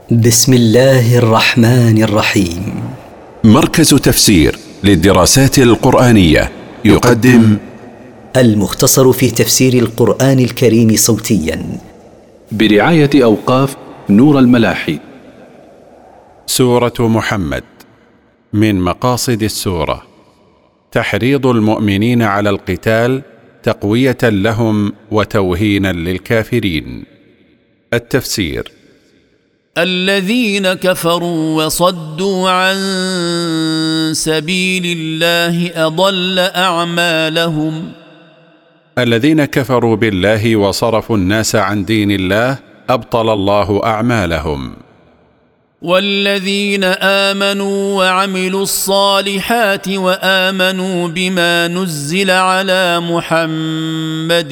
بسم الله الرحمن الرحيم. مركز تفسير للدراسات القرآنية يقدم المختصر في تفسير القرآن الكريم صوتيا برعاية أوقاف نور الملاحي. سورة محمد. من مقاصد السورة تحريض المؤمنين على القتال تقوية لهم وتوهينا للكافرين. التفسير: الذين كفروا وصدوا عن سبيل الله أضل أعمالهم. الذين كفروا بالله وصرفوا الناس عن دين الله أبطل الله أعمالهم. والذين آمنوا وعملوا الصالحات وآمنوا بما نزل على محمد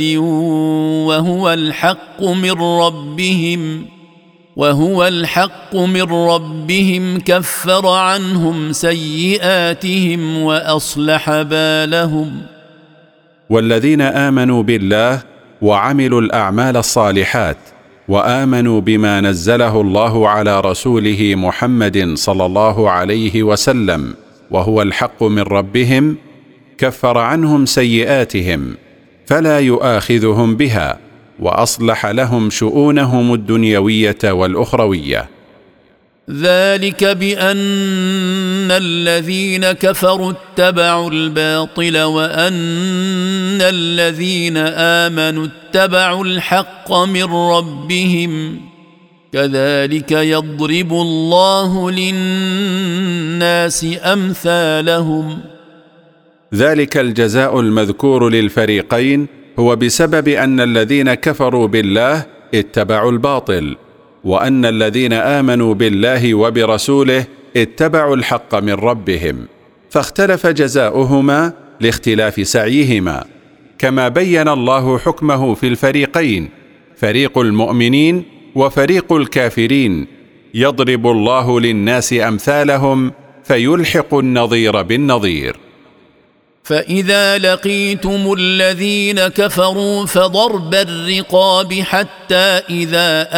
وهو الحق من ربهم كفر عنهم سيئاتهم وأصلح بالهم. والذين آمنوا بالله وعملوا الأعمال الصالحات وآمنوا بما نزله الله على رسوله محمد صلى الله عليه وسلم وهو الحق من ربهم كفر عنهم سيئاتهم فلا يؤاخذهم بها وأصلح لهم شؤونهم الدنيوية والأخروية. ذلك بأن الذين كفروا اتبعوا الباطل وأن الذين آمنوا اتبعوا الحق من ربهم كذلك يضرب الله للناس أمثالهم. ذلك الجزاء المذكور للفريقين هو بسبب أن الذين كفروا بالله اتبعوا الباطل وأن الذين آمنوا بالله وبرسوله اتبعوا الحق من ربهم، فاختلف جزاؤهما لاختلاف سعيهما، كما بين الله حكمه في الفريقين، فريق المؤمنين وفريق الكافرين، يضرب الله للناس أمثالهم فيلحق النظير بالنظير. فإذا لقيتم الذين كفروا فضرب الرقاب حتى إذا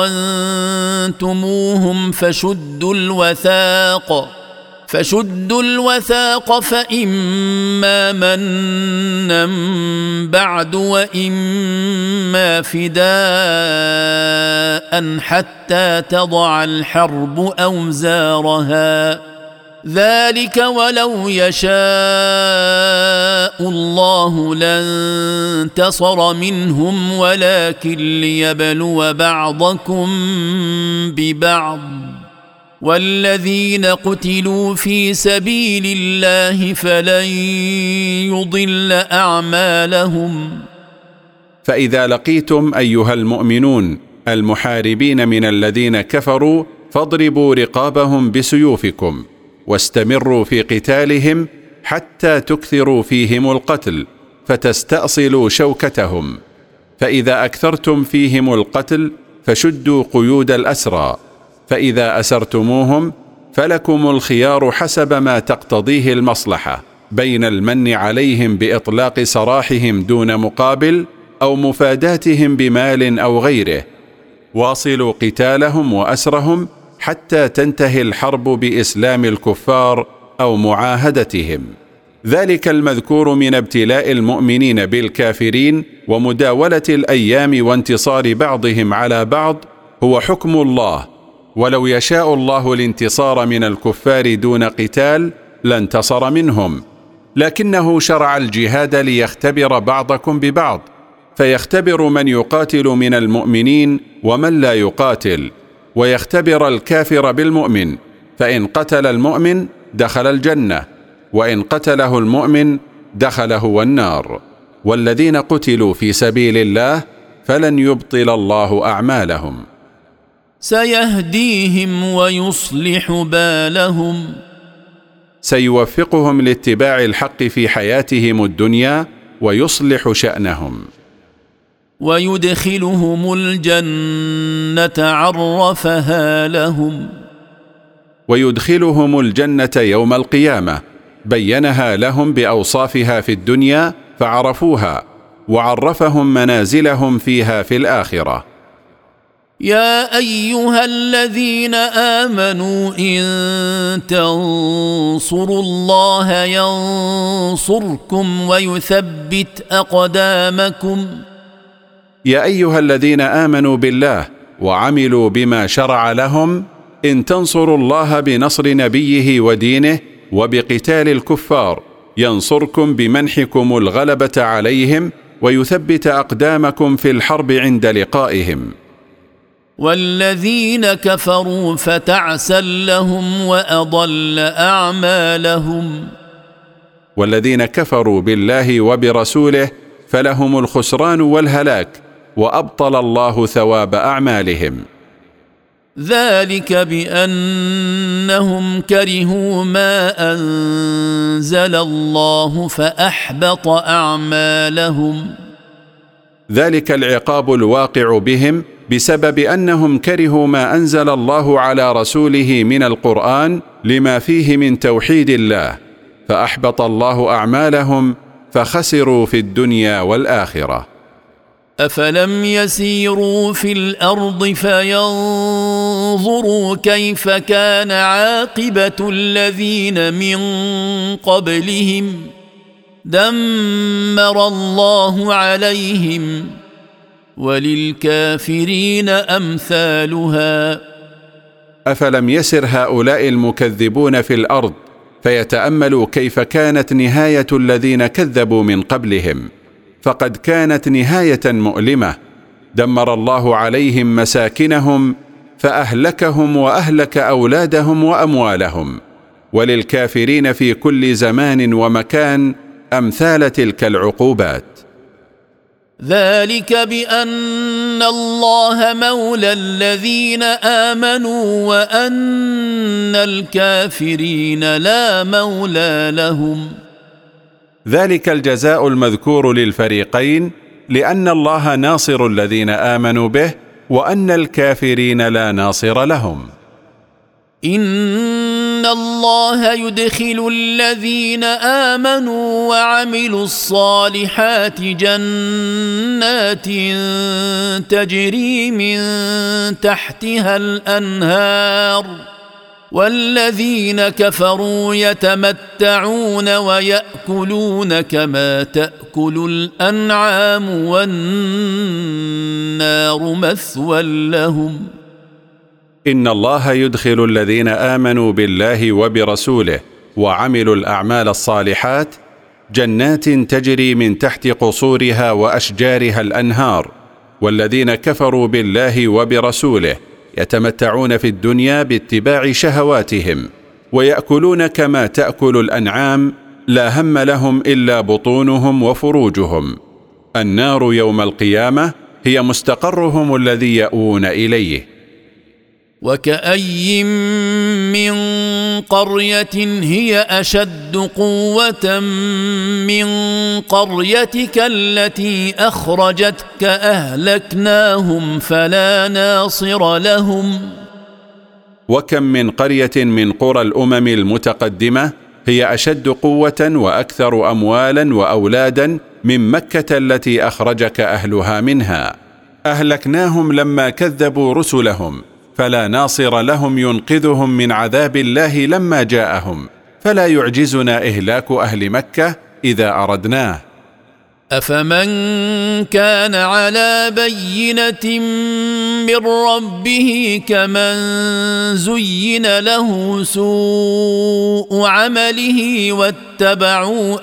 أثخنتموهم فشدوا الوثاق فإما منا بعد وإما فداء حتى تضع الحرب أوزارها. ذلك ولو يشاء الله لانتصر منهم ولكن ليبلو بعضكم ببعض والذين قتلوا في سبيل الله فلن يضل أعمالهم. فإذا لقيتم أيها المؤمنون المحاربين من الذين كفروا فاضربوا رقابهم بسيوفكم واستمروا في قتالهم حتى تكثروا فيهم القتل فتستأصلوا شوكتهم، فإذا أكثرتم فيهم القتل فشدوا قيود الأسرى، فإذا أسرتموهم فلكم الخيار حسب ما تقتضيه المصلحة بين المن عليهم بإطلاق سراحهم دون مقابل أو مفاداتهم بمال أو غيره. واصلوا قتالهم وأسرهم حتى تنتهي الحرب بإسلام الكفار أو معاهدتهم. ذلك المذكور من ابتلاء المؤمنين بالكافرين ومداولة الأيام وانتصار بعضهم على بعض هو حكم الله، ولو يشاء الله الانتصار من الكفار دون قتال لانتصر منهم، لكنه شرع الجهاد ليختبر بعضكم ببعض، فيختبر من يقاتل من المؤمنين ومن لا يقاتل، ويختبر الكافر بالمؤمن، فإن قتل المؤمن دخل الجنة وإن قتله المؤمن دخل هو النار. والذين قتلوا في سبيل الله فلن يبطل الله أعمالهم. سيهديهم ويصلح بالهم. سيوفقهم لاتباع الحق في حياتهم الدنيا ويصلح شأنهم. ويدخلهم الجنة عرفها لهم. ويدخلهم الجنة يوم القيامة بينها لهم بأوصافها في الدنيا فعرفوها، وعرفهم منازلهم فيها في الآخرة. يا أيها الذين آمنوا إن تنصروا الله ينصركم ويثبت أقدامكم. يا أيها الذين آمنوا بالله وعملوا بما شرع لهم، إن تنصروا الله بنصر نبيه ودينه وبقتال الكفار ينصركم بمنحكم الغلبة عليهم ويثبت أقدامكم في الحرب عند لقائهم. والذين كفروا فتعسا لهم وأضل أعمالهم. والذين كفروا بالله وبرسوله فلهم الخسران والهلاك، وأبطل الله ثواب أعمالهم. ذلك بأنهم كرهوا ما أنزل الله فأحبط أعمالهم. ذلك العقاب الواقع بهم بسبب أنهم كرهوا ما أنزل الله على رسوله من القرآن لما فيه من توحيد الله، فأحبط الله أعمالهم فخسروا في الدنيا والآخرة. أفلم يسيروا في الأرض فينظروا كيف كان عاقبة الذين من قبلهم دمر الله عليهم وللكافرين أمثالها. أفلم يسر هؤلاء المكذبون في الأرض فيتأملوا كيف كانت نهاية الذين كذبوا من قبلهم، فقد كانت نهاية مؤلمة، دمر الله عليهم مساكنهم فأهلكهم وأهلك أولادهم وأموالهم، وللكافرين في كل زمان ومكان أمثال تلك العقوبات. ذلك بأن الله مولى الذين آمنوا وأن الكافرين لا مولى لهم. ذلك الجزاء المذكور للفريقين لأن الله ناصر الذين آمنوا به وأن الكافرين لا ناصر لهم. إن الله يدخل الذين آمنوا وعملوا الصالحات جنات تجري من تحتها الأنهار، والذين كفروا يتمتعون ويأكلون كما تأكل الأنعام والنار مثوى لهم. إن الله يدخل الذين آمنوا بالله وبرسوله وعملوا الأعمال الصالحات جنات تجري من تحت قصورها وأشجارها الأنهار، والذين كفروا بالله وبرسوله يتمتعون في الدنيا باتباع شهواتهم ويأكلون كما تأكل الأنعام، لا هم لهم إلا بطونهم وفروجهم. النار يوم القيامة هي مستقرهم الذي يأوون إليه. وكأي من قرية هي أشد قوة من قريتك التي أخرجتك أهلكناهم فلا ناصر لهم. وكم من قرية من قرى الأمم المتقدمة هي أشد قوة وأكثر أموالا وأولادا من مكة التي أخرجك أهلها منها، أهلكناهم لما كذبوا رسلهم، فلا ناصر لهم ينقذهم من عذاب الله لما جاءهم، فلا يعجزنا إهلاك أهل مكة إذا أردناه. أفمن كان على بينة من ربه كمن زين له سوء عمله واتبعوا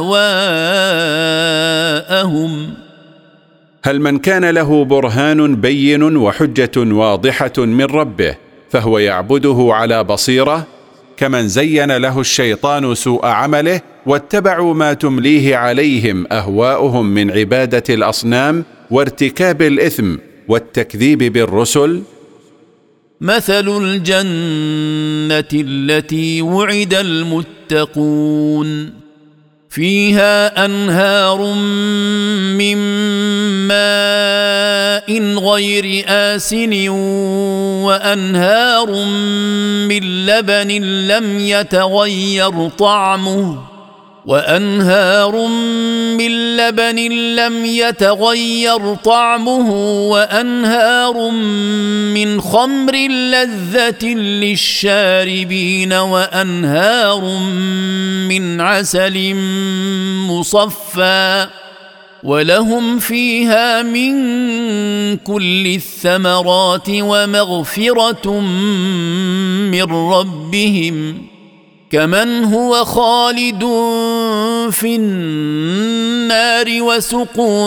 أهواءهم. هل من كان له برهان بين وحجة واضحة من ربه فهو يعبده على بصيرة، كمن زين له الشيطان سوء عمله واتبعوا ما تمليه عليهم أهواؤهم من عبادة الأصنام وارتكاب الإثم والتكذيب بالرسل؟ مثل الجنة التي وعد المتقون فيها أنهار من ماء غير آسن وأنهار من لبن لم يتغير طعمه وأنهار من خمر لذة للشاربين وأنهار من عسل مصفى ولهم فيها من كل الثمرات ومغفرة من ربهم كمن هو خالد في النار وسقوا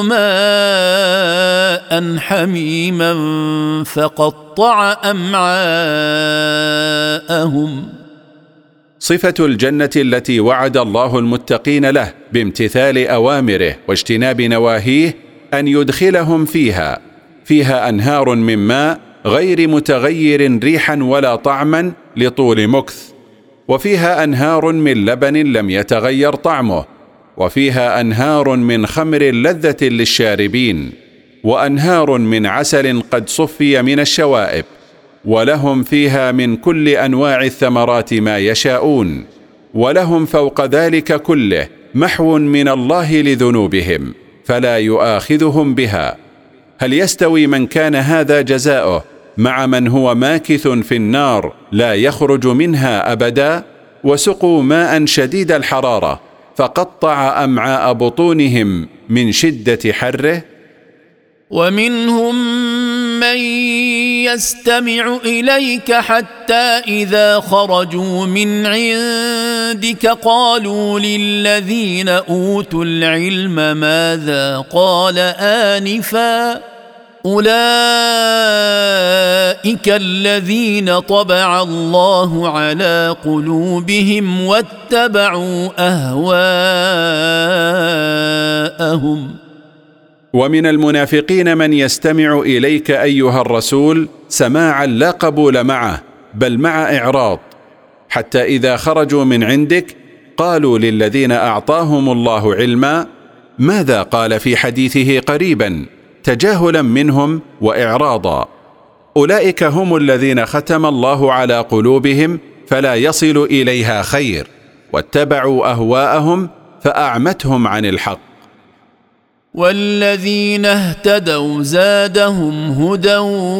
ماء حميما فقطع أمعاءهم. صفة الجنة التي وعد الله المتقين له بامتثال أوامره واجتناب نواهيه أن يدخلهم فيها أنهار من ماء غير متغير ريحا ولا طعما لطول مكث، وفيها أنهار من لبن لم يتغير طعمه، وفيها أنهار من خمر لذة للشاربين، وأنهار من عسل قد صفي من الشوائب، ولهم فيها من كل أنواع الثمرات ما يشاءون، ولهم فوق ذلك كله محو من الله لذنوبهم فلا يؤاخذهم بها. هل يستوي من كان هذا جزاؤه مع من هو ماكث في النار لا يخرج منها أبدا؟ وسقوا ماء شديد الحرارة فقطع أمعاء بطونهم من شدة حره. ومنهم من يستمع إليك حتى إذا خرجوا من عندك قالوا للذين أوتوا العلم ماذا قال آنفا أولئك الذين طبع الله على قلوبهم واتبعوا أهواءهم. ومن المنافقين من يستمع إليك أيها الرسول سماعا لا قبول معه بل مع إعراض، حتى إذا خرجوا من عندك قالوا للذين أعطاهم الله علما ماذا قال في حديثه قريبا، تجاهلا منهم وإعراضا. أولئك هم الذين ختم الله على قلوبهم فلا يصل إليها خير، واتبعوا أهواءهم فأعمتهم عن الحق. والذين اهتدوا زادهم هدى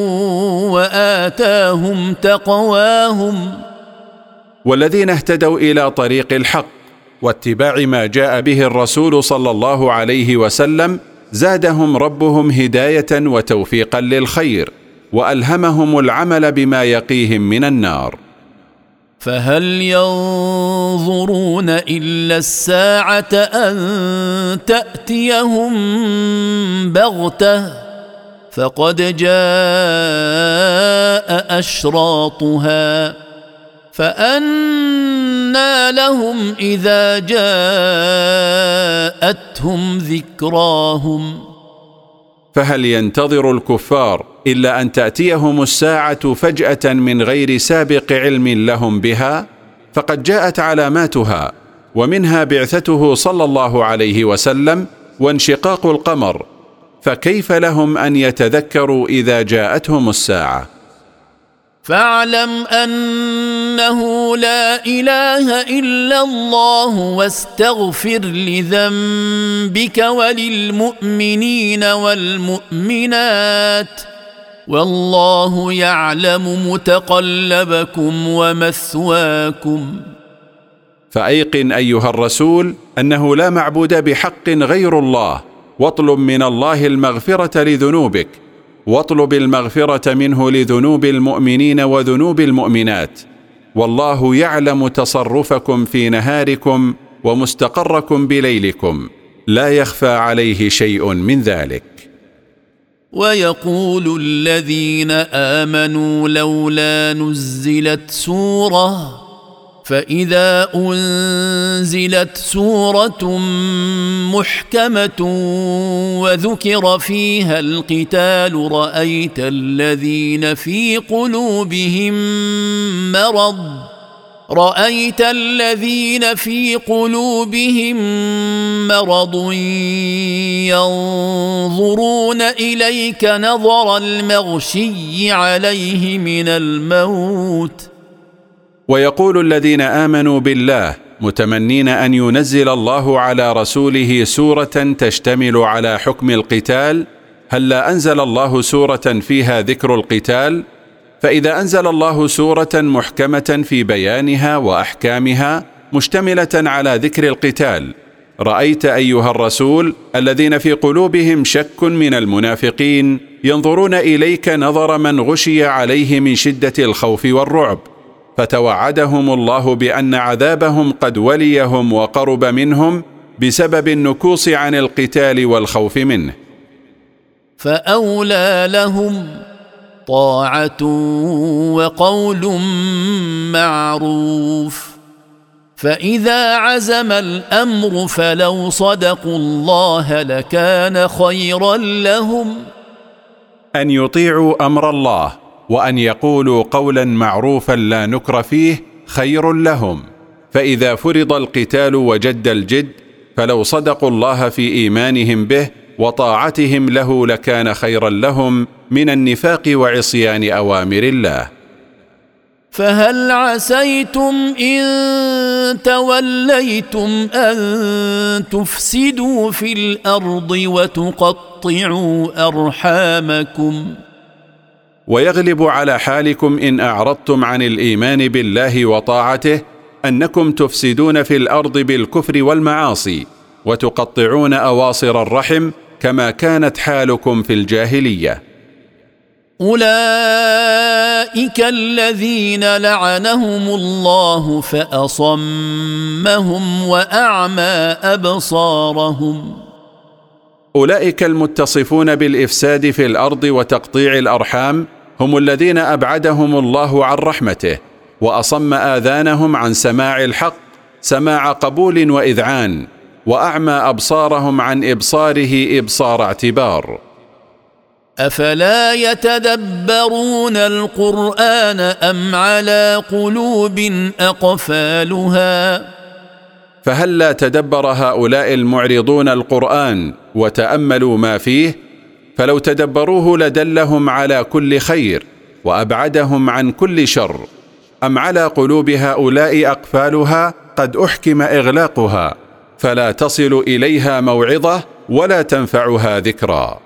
وآتاهم تقواهم. والذين اهتدوا إلى طريق الحق واتباع ما جاء به الرسول صلى الله عليه وسلم زادهم ربهم هداية وتوفيقا للخير، وألهمهم العمل بما يقيهم من النار. فهل ينظرون إلا الساعة أن تأتيهم بغتة فقد جاء أشراطها فأنى لهم إذا جاءتهم ذكراهم. فهل ينتظر الكفار إلا أن تأتيهم الساعة فجأة من غير سابق علم لهم بها؟ فقد جاءت علاماتها، ومنها بعثته صلى الله عليه وسلم وانشقاق القمر، فكيف لهم أن يتذكروا إذا جاءتهم الساعة؟ فاعلم أنه لا إله إلا الله واستغفر لذنبك وللمؤمنين والمؤمنات والله يعلم متقلبكم ومثواكم. فأيقن أيها الرسول أنه لا معبود بحق غير الله، واطلب من الله المغفرة لذنوبك، واطلب المغفرة منه لذنوب المؤمنين وذنوب المؤمنات، والله يعلم تصرفكم في نهاركم ومستقركم بليلكم، لا يخفى عليه شيء من ذلك. ويقول الذين آمنوا لولا نزلت سورة، فإذا أنزلت سورة محكمة وذكر فيها القتال رأيت الذين في قلوبهم مرض ينظرون إليك نظر المغشي عليه من الموت. ويقول الذين آمنوا بالله متمنين أن ينزل الله على رسوله سورة تشتمل على حكم القتال، هلا أنزل الله سورة فيها ذكر القتال فإذا أنزل الله سورة محكمة في بيانها وأحكامها مشتملة على ذكر القتال، رأيت أيها الرسول الذين في قلوبهم شك من المنافقين ينظرون إليك نظر من غشي عليه من شدة الخوف والرعب، فتوعدهم الله بأن عذابهم قد وليهم وقرب منهم بسبب النكوص عن القتال والخوف منه. فأولى لهم طاعة وقول معروف، فإذا عزم الأمر فلو صدقوا الله لكان خيرا لهم. أن يطيعوا أمر الله وأن يقولوا قولا معروفا لا نكر فيه خير لهم، فإذا فرض القتال وجد الجد فلو صدقوا الله في إيمانهم به وطاعتهم له لكان خيرا لهم من النفاق وعصيان أوامر الله. فهل عسيتم إن توليتم أن تفسدوا في الأرض وتقطعوا أرحامكم؟ ويغلب على حالكم إن أعرضتم عن الإيمان بالله وطاعته أنكم تفسدون في الأرض بالكفر والمعاصي وتقطعون أواصر الرحم كما كانت حالكم في الجاهلية. أولئك الذين لعنهم الله فأصمهم وأعمى أبصارهم. أولئك المتصفون بالإفساد في الأرض وتقطيع الأرحام هم الذين أبعدهم الله عن رحمته وأصم آذانهم عن سماع الحق سماع قبول وإذعان، وأعمى أبصارهم عن إبصاره إبصار اعتبار. أفلا يتدبرون القرآن أم على قلوب أقفالها؟ فهل لا تدبر هؤلاء المعرضون القرآن وتأملوا ما فيه؟ فلو تدبروه لدلهم على كل خير وأبعدهم عن كل شر، أم على قلوب هؤلاء أقفالها قد أحكم إغلاقها فلا تصل إليها موعظة ولا تنفعها ذكرى.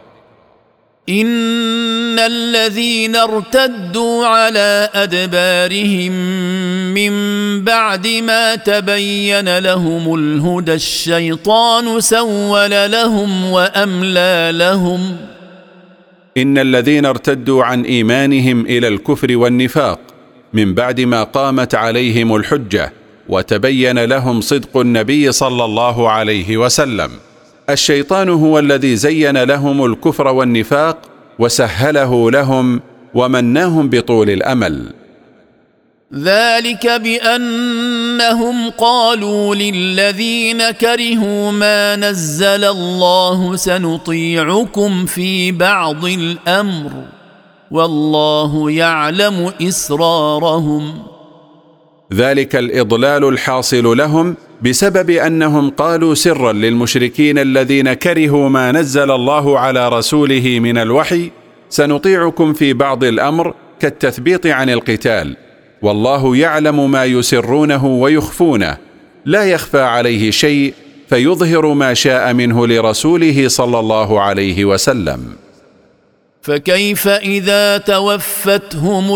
إن الذين ارتدوا على أدبارهم من بعد ما تبين لهم الهدى الشيطان سول لهم وأملى لهم. إن الذين ارتدوا عن إيمانهم إلى الكفر والنفاق من بعد ما قامت عليهم الحجة وتبين لهم صدق النبي صلى الله عليه وسلم، الشيطان هو الذي زين لهم الكفر والنفاق وسهله لهم ومناهم بطول الأمل. ذلك بأنهم قالوا للذين كرهوا ما نزل الله سنطيعكم في بعض الأمر والله يعلم إسرارهم. ذلك الإضلال الحاصل لهم بسبب أنهم قالوا سرا للمشركين الذين كرهوا ما نزل الله على رسوله من الوحي سنطيعكم في بعض الأمر كالتثبيط عن القتال، والله يعلم ما يسرونه ويخفونه لا يخفى عليه شيء فيظهر ما شاء منه لرسوله صلى الله عليه وسلم. فكيف إذا توفتهم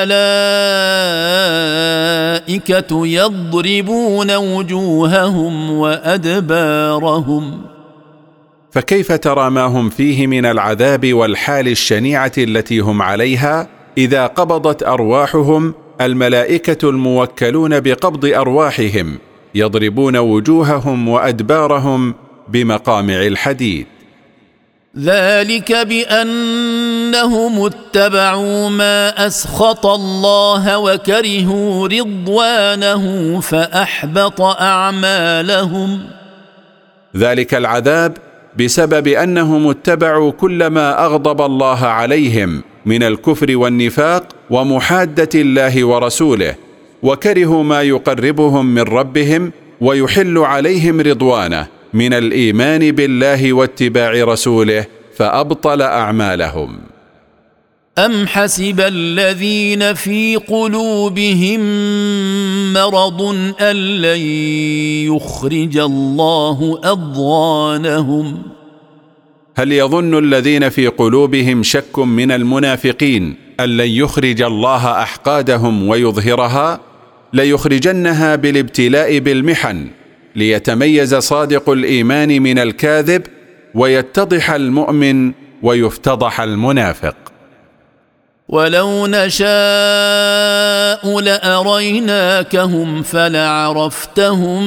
الملائكة يضربون وجوههم وأدبارهم؟ فكيف ترى ما هم فيه من العذاب والحال الشنيعة التي هم عليها إذا قبضت أرواحهم الملائكة الموكلون بقبض أرواحهم يضربون وجوههم وأدبارهم بمقامع الحديد. ذلك بأنهم اتبعوا ما أسخط الله وكرهوا رضوانه فأحبط أعمالهم. ذلك العذاب بسبب أنهم اتبعوا كل ما أغضب الله عليهم من الكفر والنفاق ومحادة الله ورسوله، وكرهوا ما يقربهم من ربهم ويحل عليهم رضوانه من الإيمان بالله واتباع رسوله فأبطل أعمالهم. أم حسب الذين في قلوبهم مرض أن لن يخرج الله أضغانهم؟ هل يظن الذين في قلوبهم شك من المنافقين أن لن يخرج الله أحقادهم ويظهرها ليخرجنها بالابتلاء بالمحن، ليتميز صادق الإيمان من الكاذب، ويتضح المؤمن ويفتضح المنافق. ولو نشاء لأريناكهم فلعرفتهم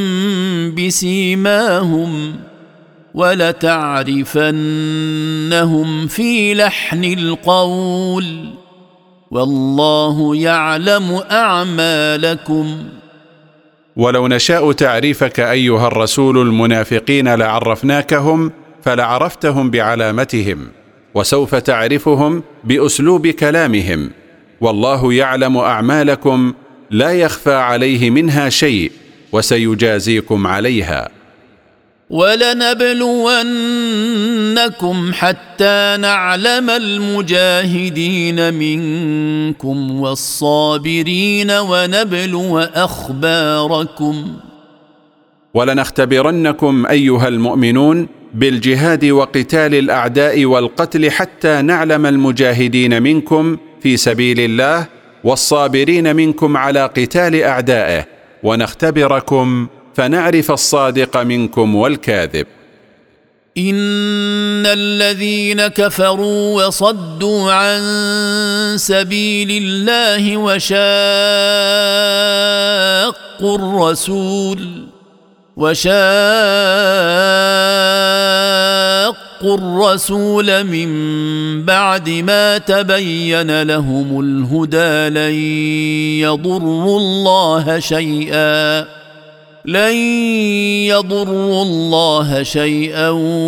بسيماهم ولتعرفنهم في لحن القول والله يعلم أعمالكم. ولو نشاء تعريفك أيها الرسول المنافقين لعرفناكهم فلعرفتهم بعلامتهم، وسوف تعرفهم بأسلوب كلامهم، والله يعلم أعمالكم لا يخفى عليه منها شيء، وسيجازيكم عليها. ولنبلونكم حتى نعلم المجاهدين منكم والصابرين ونبلو أخباركم. ولنختبرنكم أيها المؤمنون بالجهاد وقتال الأعداء والقتل حتى نعلم المجاهدين منكم في سبيل الله والصابرين منكم على قتال أعدائه، ونختبركم فنعرف الصادق منكم والكاذب. إن الذين كفروا وصدوا عن سبيل الله وشاقوا الرسول من بعد ما تبين لهم الهدى لن يضروا الله شيئا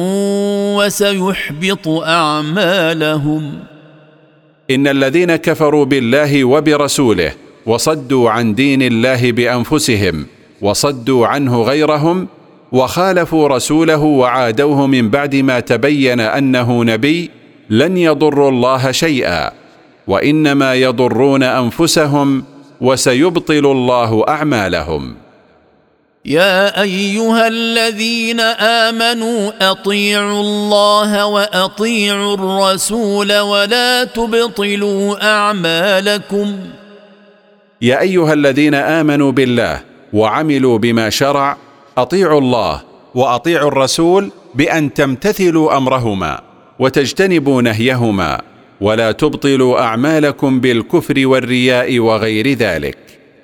وسيحبط أعمالهم. إن الذين كفروا بالله وبرسوله وصدوا عن دين الله بأنفسهم وصدوا عنه غيرهم وخالفوا رسوله وعادوه من بعد ما تبين أنه نبي لن يضروا الله شيئا، وإنما يضرون أنفسهم وسيبطل الله أعمالهم. يا أيها الذين آمنوا أطيعوا الله وأطيعوا الرسول ولا تبطلوا أعمالكم. يا أيها الذين آمنوا بالله وعملوا بما شرع أطيعوا الله وأطيعوا الرسول بأن تمتثلوا أمرهما وتجتنبوا نهيهما، ولا تبطلوا أعمالكم بالكفر والرياء وغير ذلك.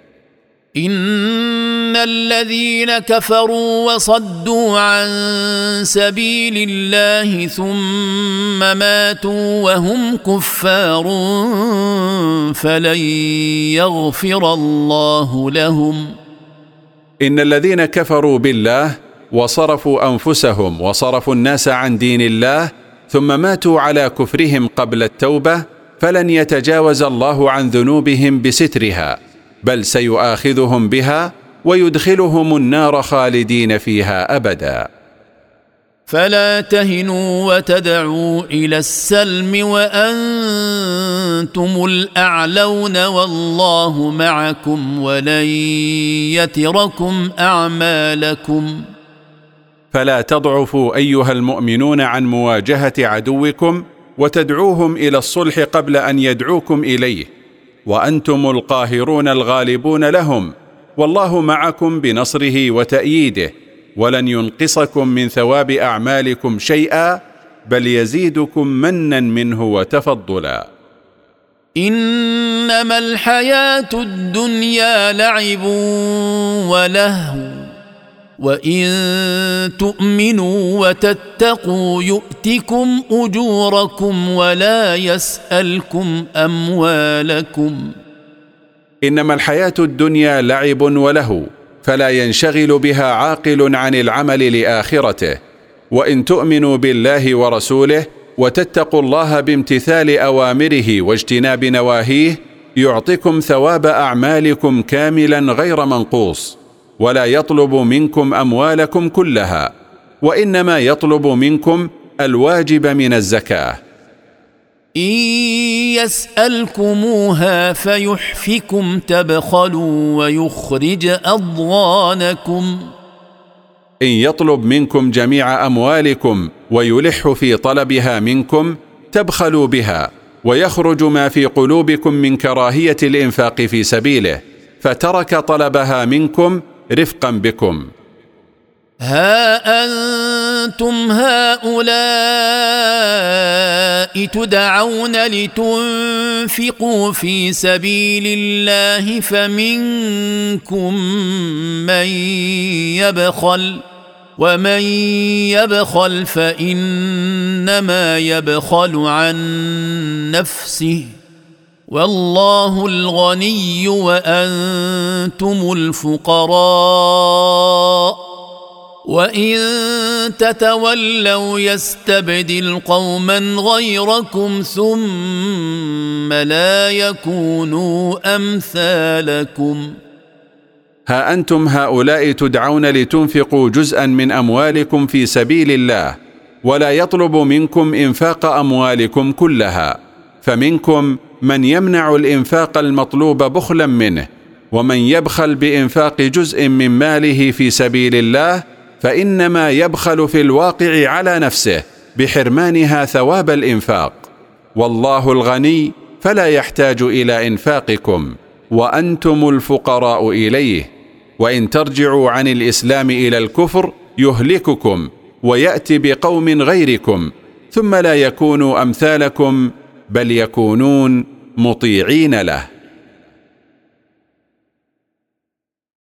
إن الذين كفروا وصدوا عن سبيل الله ثم ماتوا وهم كفار فلن يغفر الله لهم. إن الذين كفروا بالله وصرفوا أنفسهم وصرفوا الناس عن دين الله ثم ماتوا على كفرهم قبل التوبة فلن يتجاوز الله عن ذنوبهم بسترها، بل سيؤاخذهم بها ويدخلهم النار خالدين فيها أبدا. فلا تهنوا وتدعوا إلى السلم وأنتم الأعلون والله معكم ولن يتركم أعمالكم. فلا تضعفوا أيها المؤمنون عن مواجهة عدوكم وتدعوهم إلى الصلح قبل أن يدعوكم إليه، وأنتم القاهرون الغالبون لهم، والله معكم بنصره وتأييده، ولن ينقصكم من ثواب أعمالكم شيئا بل يزيدكم منا منه وتفضلا. إنما الحياة الدنيا لعب ولهو وإن تؤمنوا وتتقوا يؤتكم أجوركم ولا يسألكم أموالكم. إنما الحياة الدنيا لعب ولهو، فلا ينشغل بها عاقل عن العمل لآخرته، وإن تؤمنوا بالله ورسوله وتتقوا الله بامتثال أوامره واجتناب نواهيه يعطكم ثواب أعمالكم كاملا غير منقوص، ولا يطلب منكم أموالكم كلها، وإنما يطلب منكم الواجب من الزكاة. إن يسألكموها فيحفكم تبخلوا ويخرج أضغانكم. إن يطلب منكم جميع أموالكم ويلح في طلبها منكم تبخلوا بها ويخرج ما في قلوبكم من كراهية الإنفاق في سبيله، فترك طلبها منكم رفقا بكم. ها أنتم هؤلاء تدعون لتنفقوا في سبيل الله فمنكم من يبخل، ومن يبخل فإنما يبخل عن نفسه، والله الغني وأنتم الفقراء، وإن تتولوا يستبدل قوما غيركم ثم لا يكونوا أمثالكم. ها أنتم هؤلاء تدعون لتنفقوا جزءا من أموالكم في سبيل الله، ولا يطلب منكم إنفاق أموالكم كلها، فمنكم من يمنع الإنفاق المطلوب بخلا منه، ومن يبخل بإنفاق جزء من ماله في سبيل الله فإنما يبخل في الواقع على نفسه بحرمانها ثواب الإنفاق، والله الغني فلا يحتاج إلى إنفاقكم، وأنتم الفقراء إليه، وإن ترجعوا عن الإسلام إلى الكفر يهلككم ويأتي بقوم غيركم ثم لا يكونوا أمثالكم بل يكونون مطيعين له.